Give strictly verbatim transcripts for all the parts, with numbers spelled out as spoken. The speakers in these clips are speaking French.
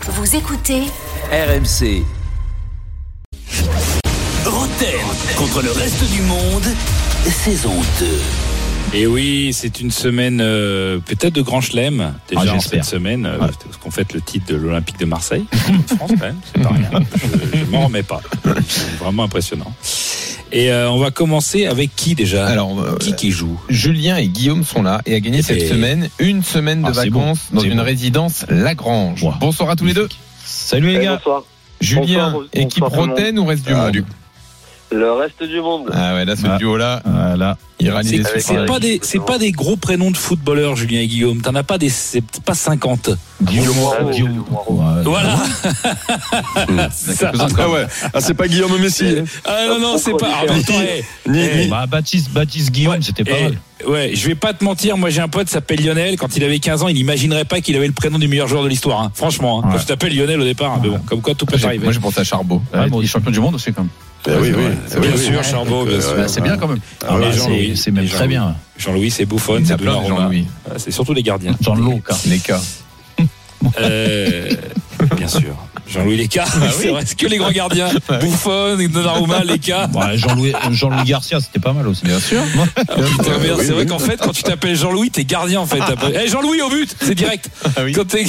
Vous écoutez R M C. Roten contre le reste du monde, saison deux. Et oui, c'est une semaine euh, peut-être de grand chelem déjà ah, en cette semaine, euh, ouais. parce qu'on fête le titre de l'Olympique de Marseille. France quand même, c'est pas rien. Je, je m'en remets pas. C'est vraiment impressionnant. Et euh, on va commencer avec qui déjà ? Alors, euh, qui qui joue ? Julien et Guillaume sont là et a gagné cette Et... semaine une semaine de ah, vacances bon. dans c'est une bon. résidence Lagrange. Wow. Bonsoir à tous les deux. Salut les gars. Bonsoir. Julien, Bonsoir, équipe bonsoir, Roten ou reste du Ah, monde du... Le reste du monde. Ah ouais, là ce Ah. duo-là, Voilà. il rallie C'est, les c'est suffrages. pas des, c'est pas des gros prénoms de footballeurs, Julien et Guillaume. T'en as pas des, c'est pas cinquante. Guillaume Ah, Moreau. Guillaume Moreau. Ouais. Voilà. Ça. Ah ouais, ah, c'est pas Guillaume Messi. Hein. Ah non non, c'est pas. En même temps, hey, Ni, hey, ni- Bah, Baptiste, Baptiste Guillaume, Ouais. c'était pas Eh, mal. ouais, je vais pas te mentir, moi j'ai un pote qui s'appelle Lionel. Quand il avait quinze ans, il n'imaginerait pas qu'il avait le prénom du meilleur joueur de l'histoire. Hein. Franchement, hein. Ouais. Quand je t'appelle Lionel au départ, hein. Mais bon, comme quoi tout peut Moi, j'ai- arriver. Moi j'ai pensé à Charbot. Ouais, bon, il est champion du monde aussi, quand même. Eh oui, oui. c'est oui, Bien oui. sûr, Charbot, bien Euh, sûr. ouais, C'est bien quand même. Ah, Ah, mais bah, Jean-Louis, c'est, c'est même mais très bien. Jean-Louis, c'est Buffon, Il y en c'est a plein de Donnarumma. Jean-Louis. Ah, c'est surtout les gardiens. Jean-Louis, quoi. Les cas. Euh, bien sûr. Jean-Louis Léca, Ah c'est vrai, c'est que les grands gardiens. Buffon, Donnarumma, Léca. Ouais, Jean-Louis, Jean-Louis Garcia, c'était pas mal aussi. Bien sûr. Ah, putain, merde, oui, c'est vrai oui. qu'en fait, quand tu t'appelles Jean-Louis, t'es gardien en fait. Eh, Jean-Louis au but, c'est direct. Ah oui. Quand t'es...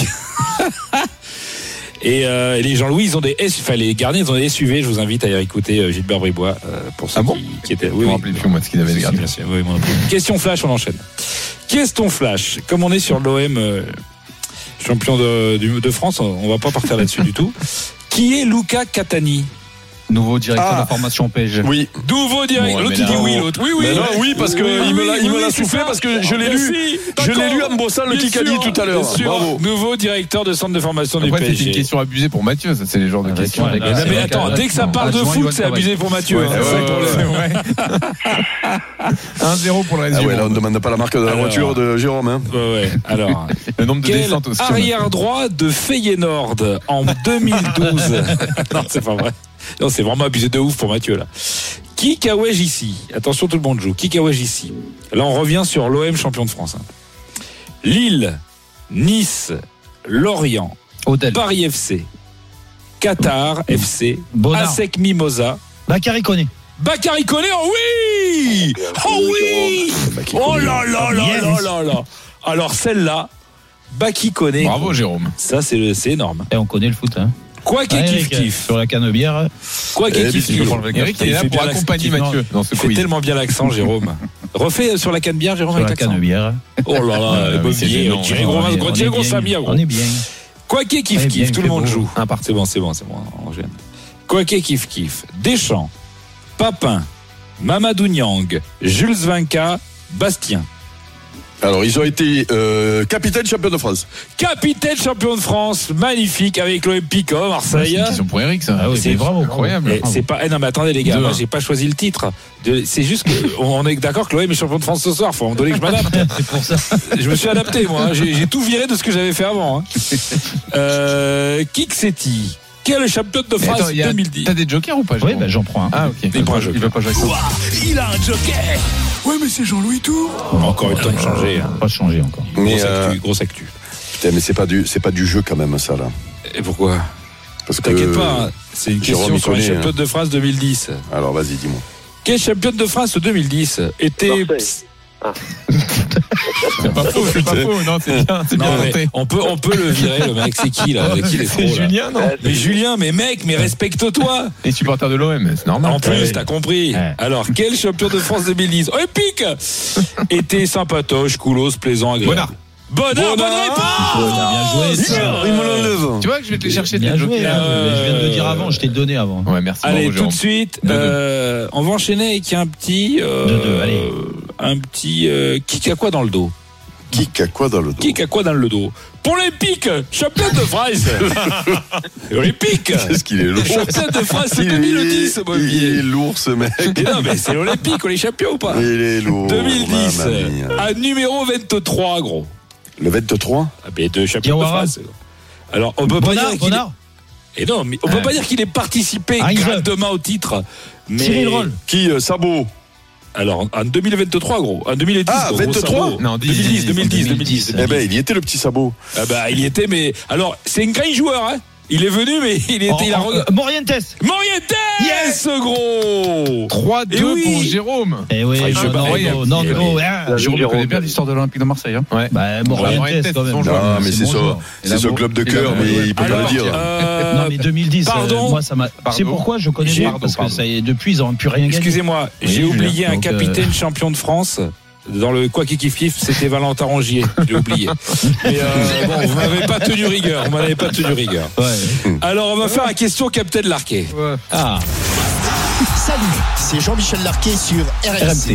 Et euh, les Jean-Louis, ils ont des S, enfin les gardiens, ils ont des S U V. Je vous invite à y écouter euh, Gilbert Bribois euh, pour ceux Ah bon qui, qui étaient. Je me rappelais plus moi de ce qu'ils avaient Si, les si, gardiens. bien sûr, oui, moi non plus. Question flash, on enchaîne. Question flash. Comme on est sur l'O M euh, champion de, du- de France, on, on va pas partir là-dessus du tout. Qui est Luca Catani ? Nouveau directeur Ah. de formation P S G. Oui. Nouveau direct. Ouais, l'autre mais il dit là, oui, on- l'autre. Oui, oui. Mais non, oui, parce que Oui, il me l'a, oui, il me oui, l'a c'est soufflé ça. parce que je l'ai Merci, lu. Je d'accord. l'ai lu en bossant le Bien Kikadi sûr, tout à l'heure. bien sûr. Bravo. Nouveau directeur de centre de formation du Après P c'est S G. une question abusée pour Mathieu, ça c'est les genres de Avec- questions. ouais, avec- là, Non, c'est mais vrai attends, qu'à- dès que ça parle de adjoint, foot, Yoann c'est Cavaille. abusé pour Mathieu. Ouais, hein. ouais, C'est ça le ouais, problème. ouais. un zéro pour le reste Ah du ouais, là on monde. ne demande pas la marque de la Alors. voiture de Jérôme. Hein. Ouais, ouais. Alors, Le nombre de quel descentes aussi. arrière droit de Feyenoord en deux mille douze? Non, c'est pas vrai. Non, c'est vraiment abusé de ouf pour Mathieu là. Qui Kawaj ici? Attention, tout le monde joue. Qui Kawaj ici? Là, on revient sur l'O M champion de France. hein. Lille, Nice, Lorient, Odell. Paris F C, Qatar F C, Bonnard. ASEC Mimosa, Bakary Koné. Bakary Koné. Oh oui! Oh oui! Oh là là là Yes. là là là! Alors celle-là, Bakary Koné. Bravo Jérôme. Ça, c'est, le- c'est énorme. Et on connaît le foot, hein. Quoi qu'il Ah, kiffe Eric, kiff. Sur la canebière. Quoi qu'il Eh, kiffe puis, tu kiffe. peux prendre Eric il est Il là fait pour bien accompagner l'accent. Mathieu dans ce Il fait quiz. tellement bien l'accent, Jérôme. Refais sur la canne bière, Jérôme, Sur avec la l'accent. canebière. Oh là là, Ah, bon oui, c'est billet, gênant. Thierry On Gros, est- gros, on Thierry est Gros bien. Samia, gros. On est bien. Quoi qu'il On kiffe est kiffe, bien, tout le il monde fait beau. joue. Un partout. C'est bon, c'est bon, c'est bon, on gêne. Quoi qu'il kiffe kiffe. Deschamps, Papin, Mamadou Niang, Jules Vinca, Bastien. Alors ils ont été euh, capitaine champion de France. Capitaine champion de France, magnifique avec l'Olympique à C'est Marseille. une question pour Eric ça. Ah oui, C'est mais bravo. incroyable. Eh, c'est pas. Eh non, mais attendez les gars, Deux, moi un. j'ai pas choisi le titre. De- C'est juste que on est d'accord que l'O M est champion de France ce soir. Faut en donner que je m'adapte. C'est pour ça. Je me suis adapté moi. hein. J'ai, j'ai tout viré de ce que j'avais fait avant. Hein. Euh, Kiksetti, quel champion de Mais France attends, il y a- deux mille dix? T'as des jokers ou pas Oui, Jérôme ben j'en prends un. Ah ok. Il prend un Il joker. va pas jouer avec ça. Ouah, il a un joker. Ouais mais c'est Jean-Louis Tour. Encore le temps de changer. Hein. Pas changer encore. Mais Grosse euh, actu, grosse actu. putain mais c'est pas du c'est pas du jeu quand même ça là. Et pourquoi? Parce que T'inquiète pas, hein. C'est une Jérôme, question il sur les connaît, champions de France deux mille dix. Alors vas-y dis-moi. Quel champion de France deux mille dix était Marseille. C'est pas faux, c'est pas faux. Non, c'est bien, c'est bien Non, mais tenté. on peut on peut le virer le mec. C'est qui là? Qui les C'est pros, là Julien, non? Ouais, Mais Julien, mais mec, mais respecte-toi. Les supporters de l'O M, c'est normal. En plus, Ouais. t'as compris. Ouais. Alors, quel champion de France deux mille dix? Olympique était sympatoche, coolos, plaisant, agréable. Bonnard. Bonnard, bonne réponse. Bonnard, bien joué, ça. Il me l'enlève. Tu vois que je vais te les chercher Bien tes joué. jokers. hein. Euh, Je viens de le dire avant, je t'ai donné avant. Ouais, merci. Allez, bravo, tout Jérôme. de suite, Deux, deux. euh, on va enchaîner avec un petit, euh, Deux, deux, allez. un petit euh, kick à quoi dans le dos? Qui a quoi dans le dos? Kick à quoi dans le dos? Pour l'Olympique, champion de France. Olympique, Qu'est-ce qu'il est lourd. champion de France Il deux mille dix. est- mon Il billet. est lourd ce mec. Mais non, mais c'est l'Olympique, on est champion ou pas? Il est lourd. deux mille dix, mamma mia. à numéro vingt-trois, gros. Le vingt-trois. Ah, mais deux champions de Diawara. France. Alors, on peut pas Bonnard, dire qu'il Bonnard. est... Et non, mais on peut Ouais. pas dire qu'il ait participé Ah, il grave veut. demain au titre. Mais... Cyril Roll. Qui euh, Sabot. Alors, en deux mille vingt-trois, gros. En deux mille dix, Ah, gros, vingt-trois sabot. Non, deux mille dix, deux mille dix, deux mille dix. Eh ben, il y était le petit sabot. Ah bah, il y était, mais. Alors, c'est un grand joueur, hein. Il est venu, mais il était. Oh, il a oh, regardé. euh, Morientes. Morientes, yes, gros. trois deux Eh oui. pour Jérôme. Eh oui, Ah, je non, bats non, rien. non, non, Eh non, oui. hein. Jérôme Jérôme. connaît bien l'histoire de l'Olympique de Marseille. Hein. Ouais. Bah, Morientes, Morientes, quand même. son Non, joueur. mais c'est bon ça. joueur. C'est ce club de cœur, mais il peut pas Alors, le dire. euh, Non, mais deux mille dix, pardon. euh, moi, ça m'a. Pardon. C'est pourquoi je connais J'ai- pas, parce que pardon. ça y est, depuis, ils n'ont plus rien gagné. Excusez-moi, Oui, j'ai Julien. oublié un Donc, capitaine champion de France. Dans le quoi qui kiffe kiffe, c'était Valentin Rongier. J'ai oublié. Mais euh, bon, vous m'avez pas tenu rigueur. Vous m'avez pas tenu rigueur. Ouais. Alors, on va faire la question Captain Larquet. Ah, Salut, c'est Jean-Michel Larquet sur R M C. R M C.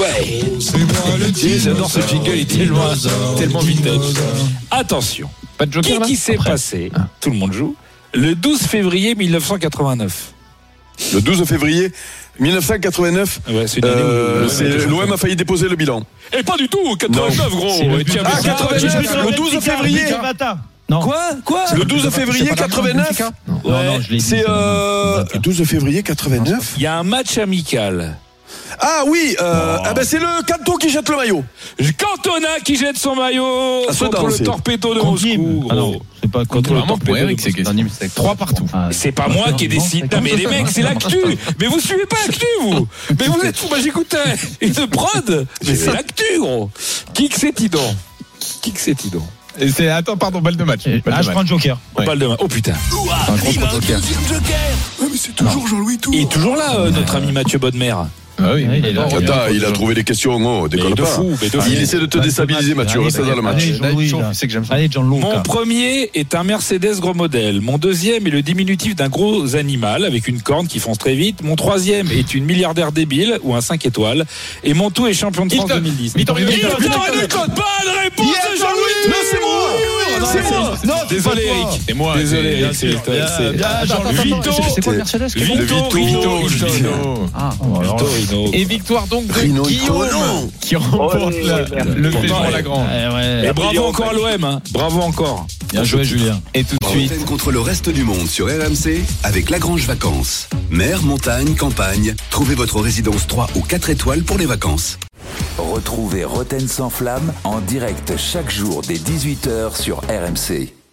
Ouais. Et J'adore ce jingle, il est tellement, tellement vintage. Attention. Pas de joker Qui là qui s'est Après. passé, tout le monde joue, le douze février mille neuf cent quatre-vingt-neuf. Le douze février mille neuf cent quatre-vingt-neuf, Ouais, c'est une année euh, où- c'est- l'O M a failli déposer le bilan. Et pas du tout, quatre-vingt-neuf, gros. C'est le Et tiens, but- mais Ah, ça, quatre-vingt-neuf, j'ai- le douze février. Non. Quoi Quoi Le douze février quatre-vingt-neuf. Non, non, je l'ai dit. C'est euh, le douze février quatre-vingt-neuf. Il y a un match amical. Ah oui, euh, ah ben c'est le Canton qui jette le maillot. Cantona qui jette son maillot À Sedan, contre le c'est- torpedo de Contre Nîmes. Moscou. Ah gros. non, c'est pas contre le Vraiment, pour torpedo Eric, de c'est Moscou. question. Non, Nîmes, c'est Trois partout. Ah, C'est pas moi qui décide. Non, mais les mecs, c'est l'actu. Mais vous suivez pas l'actu, vous. Mais vous êtes fous. Moi, j'écoutais une prod. Mais c'est l'actu, gros. Qui que c'est Tidon Qui que c'est Tidon Et c'est attends, pardon, balle de match. Et- Balle Ah, de je match. prends le joker. Ouais. Balle de main. Oh putain. Ouah, il a un deuxième joker. Ouais, mais c'est toujours Jean-Louis Tour. Il est toujours là, euh, notre ami Mathieu Bodmer. Ah oui, Ouais, il est là. Oh, Attends, regarde, il a trouvé des questions, oh, déconne Mais de pas. fou, mais de fou. Il essaie de te Allez, déstabiliser, Mathieu, allez, reste dans le match. allez, Jean-Louis, Chaud, là. tu sais que j'aime ça. Allez, Gianluca. Mon premier est un Mercedes gros modèle. Mon deuxième est le diminutif d'un gros animal avec une corne qui fonce très vite. Mon troisième est une milliardaire débile ou un cinq étoiles. Et mon tout est champion de France Hilton. deux mille dix. Vittorio Hilton, Hilton. Hilton. Bonne réponse de Jean-Louis. Non, c'est moi. C'est moi. Non, c'est Désolé, pas toi. Eric. C'est moi. Désolé, c'est- Eric. C'est Hilton. Bien, C'est bien, Jean-Louis. Vito. C'est quoi le Mercedes qui est bon Vito, Vito, Rino, Vito. Hilton. Ah, bon, alors là. Rino. Et victoire donc de Rino Guillaume Icono. qui remporte Oh, la- ouais, merde. le Pourtant, Fédéral ouais. Lagrand. Eh ouais. Et bravo encore à l'O M. hein. Bravo encore. Bien joué, Julien. Et tout de suite, Roten contre le reste du monde sur R M C avec Lagrange Vacances. Mer, montagne, campagne, trouvez votre résidence trois ou quatre étoiles pour les vacances. Retrouvez Roten sans flamme en direct chaque jour dès dix-huit heures sur R M C.